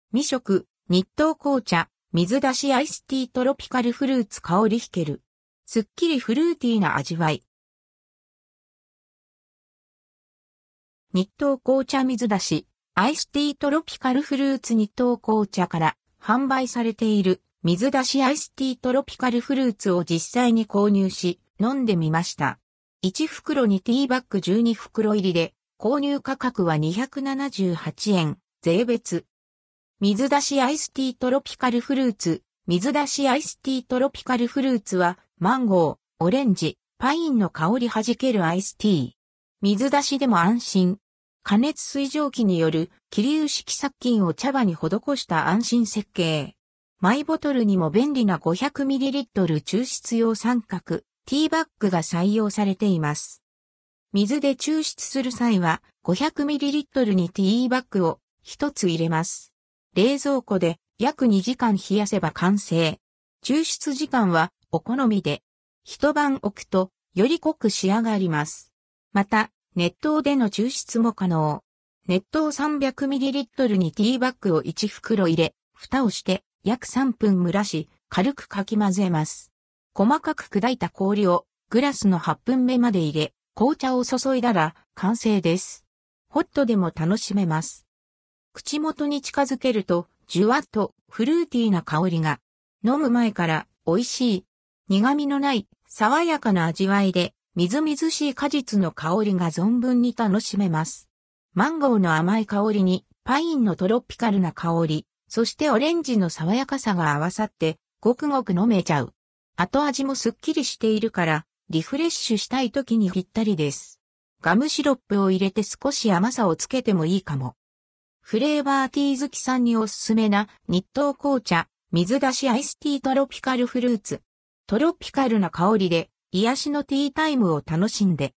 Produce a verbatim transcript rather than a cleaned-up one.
未食、日東紅茶、水出しアイスティートロピカルフルーツ香りひける。すっきりフルーティーな味わい。日東紅茶水出し、アイスティートロピカルフルーツ日東紅茶から販売されている水出しアイスティートロピカルフルーツを実際に購入し、飲んでみました。いち袋にティーバッグじゅうに袋入りで、購入価格はにひゃくななじゅうはちえん、税別。水出しアイスティートロピカルフルーツ。水出しアイスティートロピカルフルーツは、マンゴー、オレンジ、パインの香り弾けるアイスティー。水出しでも安心。加熱水蒸気による気流式殺菌を茶葉に施した安心設計。マイボトルにも便利な ごひゃくミリリットル 抽出用三角、ティーバッグが採用されています。水で抽出する際は ごひゃくミリリットル にティーバッグをひとつ入れます。冷蔵庫で約にじかん冷やせば完成。抽出時間はお好みで一晩置くとより濃く仕上がります。また、熱湯での抽出も可能。熱湯 さんびゃくミリリットル にティーバッグをいち袋入れ、蓋をして約さんぷん蒸らし、軽くかき混ぜます。細かく砕いた氷をグラスのはっぷんめまで入れ、紅茶を注いだら完成です。ホットでも楽しめます。口元に近づけると、じゅわっとフルーティーな香りが、飲む前から美味しい、苦味のない爽やかな味わいで、みずみずしい果実の香りが存分に楽しめます。マンゴーの甘い香りに、パインのトロピカルな香り、そしてオレンジの爽やかさが合わさって、ごくごく飲めちゃう。後味もすっきりしているから、リフレッシュしたい時にぴったりです。ガムシロップを入れて少し甘さをつけてもいいかも。フレーバーティー好きさんにおすすめな日東紅茶、水出しアイスティートロピカルフルーツ。トロピカルな香りで癒しのティータイムを楽しんで。